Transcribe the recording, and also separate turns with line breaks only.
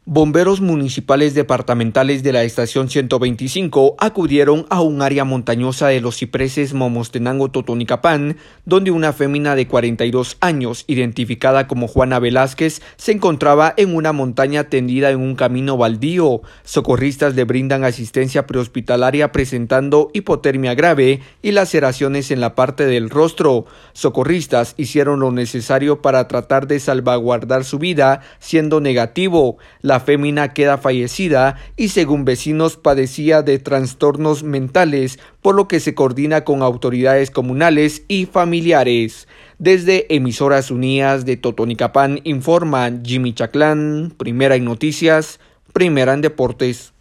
Bomberos municipales departamentales de la estación 125 acudieron a un área montañosa de los cipreses Momostenango, Totonicapán, donde una fémina de 42 años, identificada como Juana Velázquez, se encontraba en una montaña tendida en un camino baldío. Socorristas le brindan asistencia prehospitalaria presentando hipotermia grave y laceraciones en la parte del rostro. Socorristas hicieron lo necesario para tratar de salvaguardar su vida, siendo negativo. La fémina queda fallecida y, según vecinos, padecía de trastornos mentales, por lo que se coordina con autoridades comunales y familiares. Desde Emisoras Unidas de Totonicapán informa Jimmy Chaclán, Primera en Noticias, Primera en Deportes.